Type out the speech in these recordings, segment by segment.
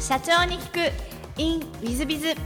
社長に聞く in ウィズビズ。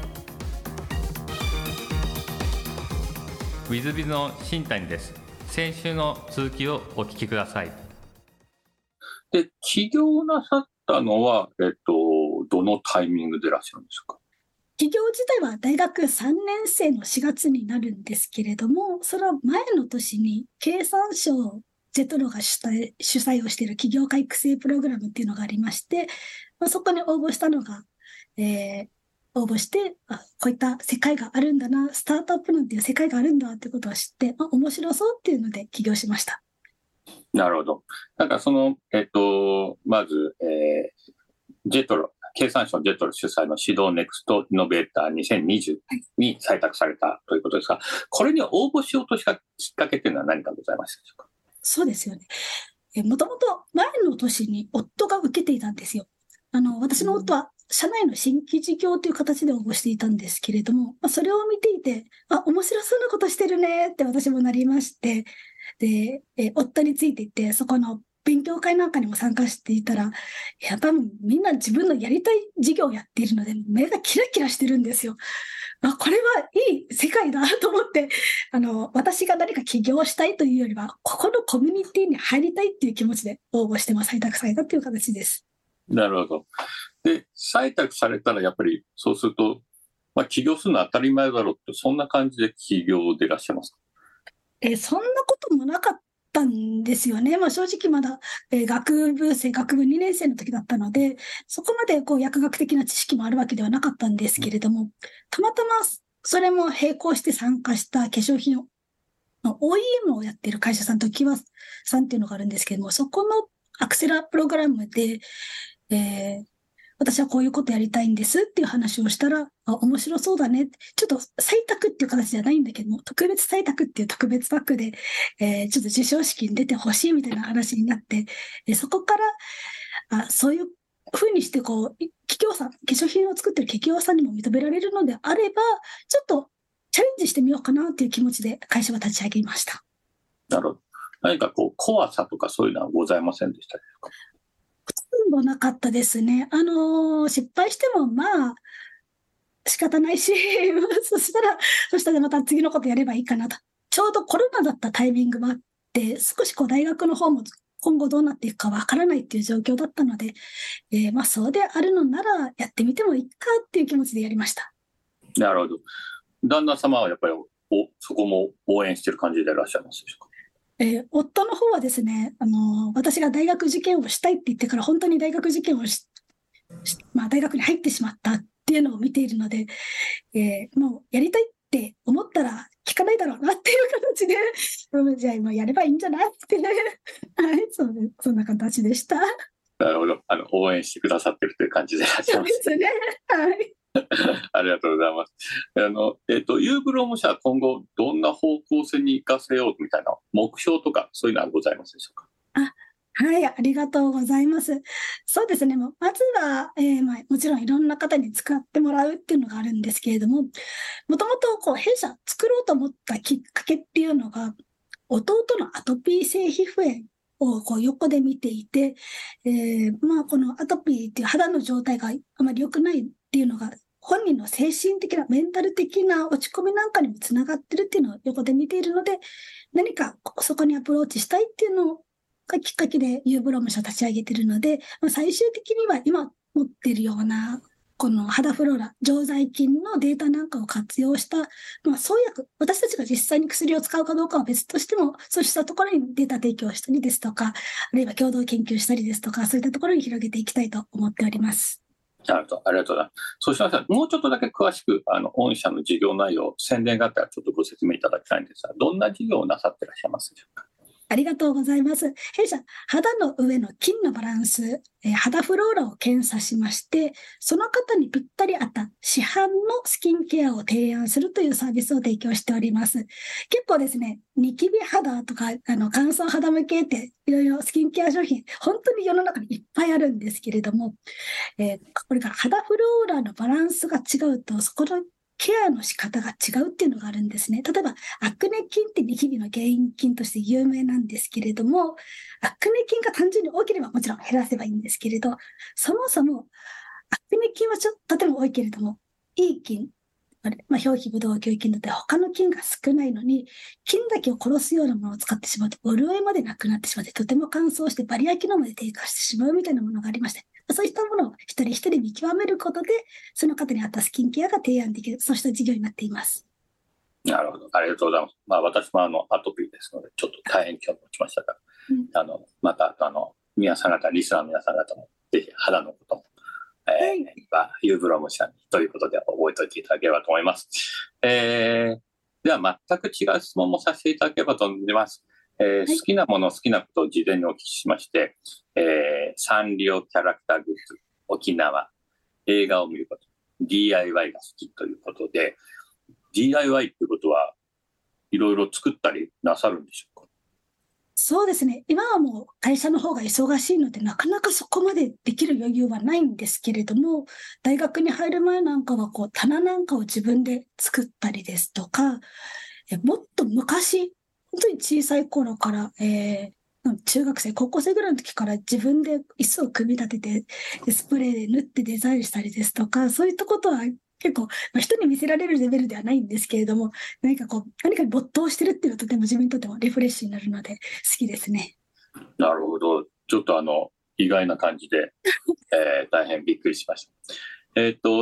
ウィズビズの新谷です。先週の続きをお聞きください。 で、起業なさったのは、どのタイミングでいらっしゃるんですか？ 起業自体は大学3年生の4月になるんですけれども、その前の年に経産省ジェトロが主催をしている起業家育成プログラムっていうのがありまして、そこに応募したのが、応募して、こういった世界があるんだな、スタートアップなんていう世界があるんだってことを知って、面白そうっていうので起業しました。 なるほど。なんかまず、ジェトロ、経産省ジェトロ主催の指導ネクストイノベーター2020に採択されたということですが、これに応募しようとしたきっかけというのは何かございましたでしょうか？ そうですよね。もともと前の年に夫が受けていたんですよ。私の夫は社内の新規事業という形で応募していたんですけれども、それを見ていて、面白そうなことしてるねって私もなりまして、で、夫についていって、そこの勉強会なんかにも参加していたら、やっぱりみんな自分のやりたい事業をやっているので、目がキラキラしてるんですよ。これはいい世界だと思って、私が何か起業したいというよりは、ここのコミュニティに入りたいっていう気持ちで応募して採択されたという形です。なるほど。で、採択されたらやっぱりそうすると、起業するのは当たり前だろうって、そんな感じで起業でいらっしゃいますか？ そんなこともなかったんですよね。正直まだ、学部2年生の時だったので、そこまで薬学的な知識もあるわけではなかったんですけれども、たまたまそれも並行して参加した化粧品の OEM をやっている会社さんとキワさんっていうのがあるんですけれども、そこのアクセラプログラムで、私はこういうことやりたいんですっていう話をしたら、面白そうだね。ちょっと採択っていう形じゃないんだけども、特別採択っていう特別枠で、ちょっと授賞式に出てほしいみたいな話になって、そこから、そういうふうにして企業さん、化粧品を作ってる企業さんにも認められるのであれば、ちょっとチャレンジしてみようかなっていう気持ちで会社は立ち上げました。 なるほど。何か怖さとかそういうのはございませんでしたでしょうか？ ほとんどなかったですね。失敗しても仕方ないし、そしたらまた次のことやればいいかなと。ちょうどコロナだったタイミングもあって、少し大学の方も今後どうなっていくかわからないっていう状況だったので、そうであるのならやってみてもいいかっていう気持ちでやりました。 なるほど。旦那様はやっぱりそこも応援してる感じでいらっしゃいますでしょうか？ 夫の方はですね、私が大学受験をしたいって言ってから本当に大学受験を大学に入ってしまったっていうのを見ているので、もうやりたいって思ったら聞かないだろうなっていう形で、じゃあ今やればいいんじゃないってね、はい、そんな形でした。 なるほど。応援してくださってるという感じでいらっしゃいます。 そうですね。はい。 ありがとうございます。ユーブロム社は今後どんな方向性に活かせようみたいな目標とかそういうのはございますでしょうか？ はい、ありがとうございます。そうですね。まずは、もちろんいろんな方に使ってもらうっていうのがあるんですけれども、もともと弊社作ろうと思ったきっかけっていうのが、弟のアトピー性皮膚炎を横で見ていて、このアトピーっていう肌の状態があまり良くないっていうのが、本人の精神的な、メンタル的な落ち込みなんかにもつながってるっていうのを横で見ているので、何かそこにアプローチしたいっていうのがきっかけでユーブロム社を立ち上げているので、最終的には今持っているようなこの肌フローラ、常在菌のデータなんかを活用した、創薬、私たちが実際に薬を使うかどうかは別としても、そうしたところにデータ提供したりですとか、あるいは共同研究したりですとか、そういったところに広げていきたいと思っております。 なるほど、ありがとうございます。そうしましたら、もうちょっとだけ詳しく、御社の事業内容、宣伝があったらちょっとご説明いただきたいんですが、どんな事業をなさっていらっしゃいますでしょうか？ ありがとうございます。弊社、肌の上の菌のバランス、肌フローラを検査しまして、その方にぴったり合った市販のスキンケアを提案するというサービスを提供しております。結構ですね、ニキビ肌とか、乾燥肌向けっていろいろスキンケア商品、本当に世の中にいっぱいあるんですけれども、これから肌フローラのバランスが違うと、そこのケアの仕方が違うっていうのがあるんですね。例えば、アクネ菌ってニキビの原因菌として有名なんですけれども、アクネ菌が単純に多ければもちろん減らせばいいんですけれど、そもそも悪の菌はとても多いけれども、いい菌、表皮、ブドウ球菌だって他の菌が少ないのに、菌だけを殺すようなものを使ってしまうと、潤いまでなくなってしまって、とても乾燥してバリア機能まで低下してしまうみたいなものがありまして、そういったものを一人一人見極めることで、その方に合ったスキンケアが提案できる、そうした事業になっています。 なるほど。ありがとうございます。私もアトピーですので、ちょっと大変興味持ちましたが、また、皆さん方、リスナーの皆さん方も、ぜひ肌のことも、ユーブロム社にということで覚えておいていただければと思います。では、全く違う質問もさせていただければと思います。好きなもの、好きなことを事前にお聞きしまして、サンリオキャラクターグッズ、沖縄、映画を見ること、DIY が好きということで、DIY っていうことはいろいろ作ったりなさるんでしょうか？ そうですね。今はもう会社の方が忙しいので、なかなかそこまでできる余裕はないんですけれども、大学に入る前なんかは棚なんかを自分で作ったりですとか、もっと昔、本当に小さい頃から、中学生、高校生ぐらいの時から自分で椅子を組み立てて、スプレーで縫ってデザインしたりですとか、そういったことは結構、人に見せられるレベルではないんですけれども、何かに没頭してるっていうのはとても自分にとってもリフレッシュになるので好きですね。 なるほど。ちょっと意外な感じで、大変びっくりしました。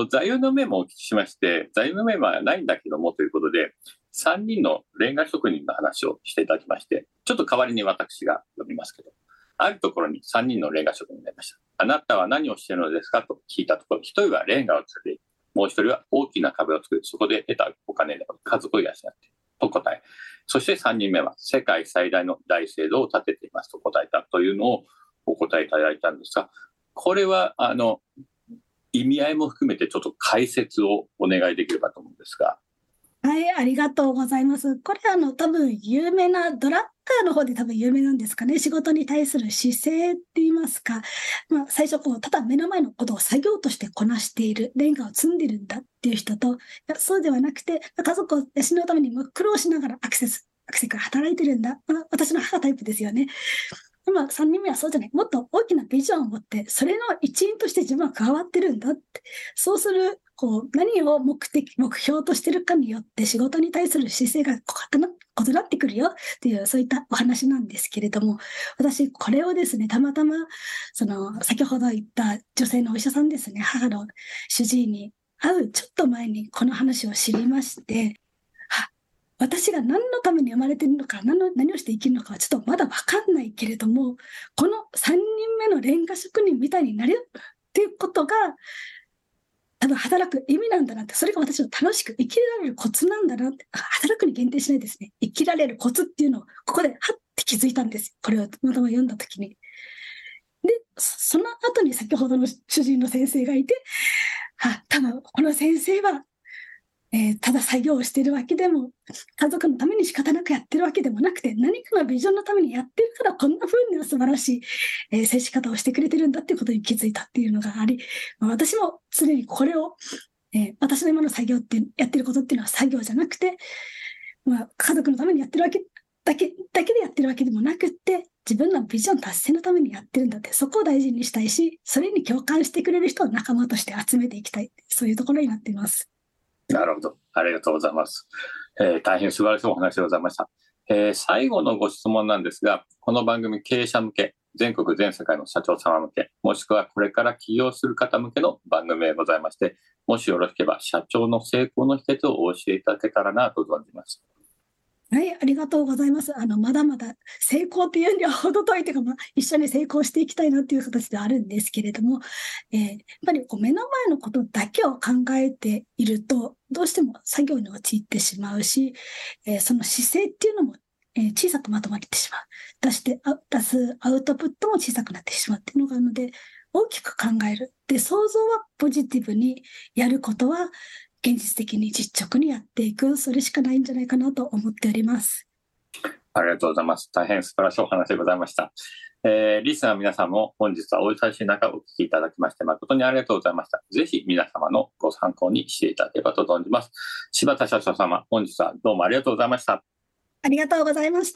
座右の銘もお聞きしまして、座右の銘はないんだけどもということで、3人のレンガ職人の話をしていただきまして、ちょっと代わりに私が読みますけど、あるところに3人のレンガ職人がいました。あなたは何をしているのですかと聞いたところ、1人はレンガを作り、もう一人は大きな壁を作り、そこで得たお金で家族を養ってと答え、そして3人目は世界最大の大聖堂を建てていますと答えたというのをお答えいただいたんですが、これは意味合いも含めてちょっと解説をお願いできればと思うんですが。 はい、ありがとうございます。これ多分有名なドラッカーの方で多分有名なんですかね。仕事に対する姿勢って言いますか。最初ただ目の前のことを作業としてこなしている、レンガを積んでるんだっていう人と、いやそうではなくて、家族を養うために苦労しながらアクセから働いてるんだ。私の母タイプですよね。3人目はそうじゃない。もっと大きなビジョンを持って、それの一員として自分は加わってるんだって。そうする、何を目標としてるかによって仕事に対する姿勢が異なってくるよっていう、そういったお話なんですけれども、私、これをですね、たまたま、先ほど言った女性のお医者さんですね、母の主治医に会うちょっと前にこの話を知りまして、私が何のために生まれているのか、何をして生きるのかはちょっとまだ分かんないけれども、この3人目のレンガ職人みたいになれるっていうことが、多分働く意味なんだなって、それが私の楽しく生きられるコツなんだなって、働くに限定しないですね。生きられるコツっていうのを、ここではって気づいたんですよ。これをたまたま読んだときに。で、その後に先ほどの主人の先生がいて、多分この先生は、ただ作業をしているわけでも、家族のために仕方なくやってるわけでもなくて、何かのビジョンのためにやってるからこんな風に素晴らしい、接し方をしてくれてるんだっていうことに気づいたっていうのがあり、私も常にこれを、私の今の作業ってやってることっていうのは作業じゃなくて、家族のためにやってるわけだけでやってるわけでもなくって、自分のビジョン達成のためにやってるんだって、そこを大事にしたいし、それに共感してくれる人を仲間として集めていきたい、そういうところになっています。 なるほど。ありがとうございます。大変素晴らしいお話でございました。最後のご質問なんですが、この番組経営者向け、全国全世界の社長様向け、もしくはこれから起業する方向けの番組でございまして、もしよろしければ社長の成功の秘訣をお教えいただけたらなと存じます。 はい、ありがとうございます。まだまだ成功っていうには程遠いというか、一緒に成功していきたいなっていう形ではあるんですけれども、やっぱり目の前のことだけを考えていると、どうしても作業に陥ってしまうし、その姿勢っていうのも、小さくまとまってしまう。出すアウトプットも小さくなってしまうっていうのがあるので、大きく考える。で、想像はポジティブにやることは、現実的に実直にやっていく、それしかないんじゃないかなと思っております。 ありがとうございます。大変素晴らしいお話でございました。リスナーの皆さんも本日はお忙しい中お聞きいただきまして誠にありがとうございました。ぜひ皆様のご参考にしていただければと存じます。柴田社長様、本日はどうもありがとうございました。 ありがとうございました。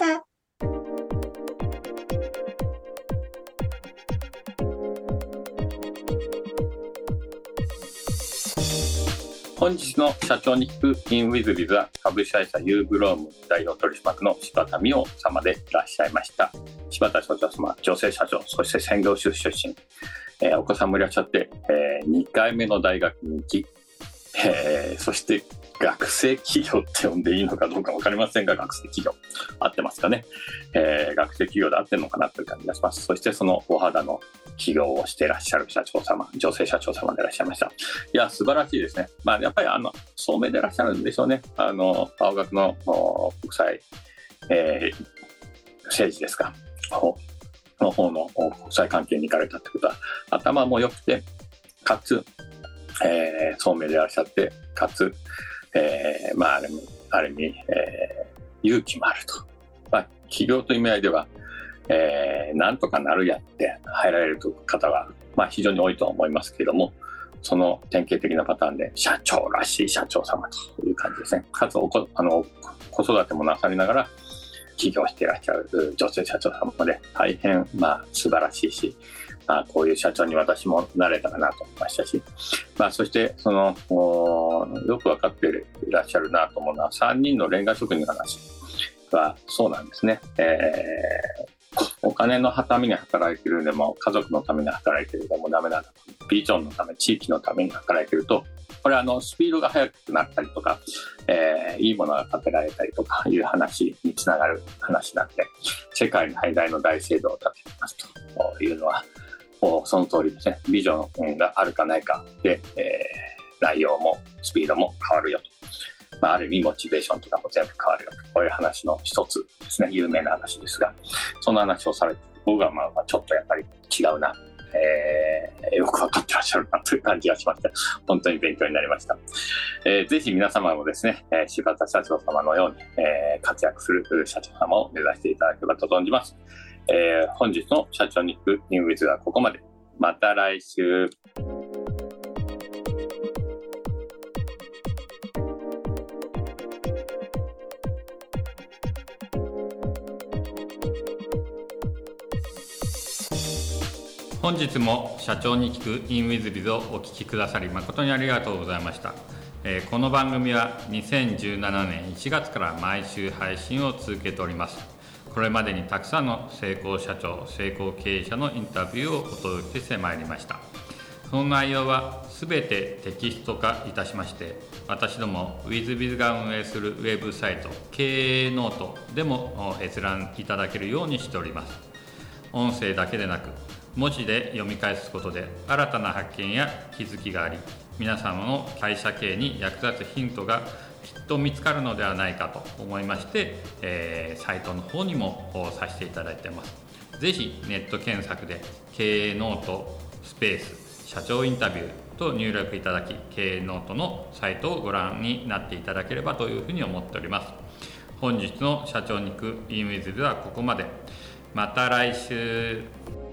本日の社長に聞く in with biz は株式会社ユーブローム代表取締役の柴田美桜様でいらっしゃいました。柴田社長様、女性社長、そして専業主婦出身、お子さんもいらっしゃって、2回目の大学に行き、そして学生企業って呼んでいいのかどうか分かりませんが、学生企業合ってますかね、学生企業で合ってるのかなという感じがします。そしてそのお肌の起業をしていらっしゃる社長様、女性社長様でいらっしゃいました。いや素晴らしいですね。やっぱり聡明でいらっしゃるんでしょうね。青学の国際、政治ですかの方の国際関係に行かれたってことは、頭も良くてかつ、聡明でいらっしゃって、かつ、ある意味、勇気もあると。起業という意味合いでは、なんとかなるやって入られる方は、非常に多いと思いますけれども、その典型的なパターンで社長らしい社長様という感じですね。かつ子育てもなさりながら起業していらっしゃる女性社長様で、大変素晴らしいし、こういう社長に私もなれたらなと思いましたし、そしてよく分かっていらっしゃるなと思うのは、3人のレンガ職人の話はそうなんですね。お金のために働いているでも、家族のために働いているでもダメなんだと。ビジョンのため、地域のために働いていると、これスピードが速くなったりとか、いいものが建てられたりとかいう話につながる話なんで、世界に最大の大聖堂を建てていますというのは、その通りですね。ビジョンがあるかないかで、内容もスピードも変わるよと。ある意味モチベーションとかも全部変わるよと。こういう話の一つですね。有名な話ですが、その話をされて、僕はちょっとやっぱり違うな。よく分かってらっしゃるなという感じがしました。本当に勉強になりました。ぜひ皆様もですね、柴田社長様のように、活躍する社長様を目指していただければと存じます。本日の社長に行く in with はここまで。また来週。 本日も社長に聞く in with biz をお聞きくださり誠にありがとうございました。この番組は2017年1月から毎週配信を続けております。これまでにたくさんの成功社長、成功経営者のインタビューをお届けしてまいりました。その内容はすべてテキスト化いたしまして、私ども WithBiz が運営するウェブサイト経営ノートでも閲覧いただけるようにしております。音声だけでなく文字で読み返すことで新たな発見や気づきがあり、皆様の会社経営に役立つヒントがきっと見つかるのではないかと思いまして、サイトの方にもさせていただいています。ぜひネット検索で経営ノートスペース社長インタビューと入力いただき、経営ノートのサイトをご覧になっていただければというふうに思っております。本日の社長に行く in with ではここまで。また来週。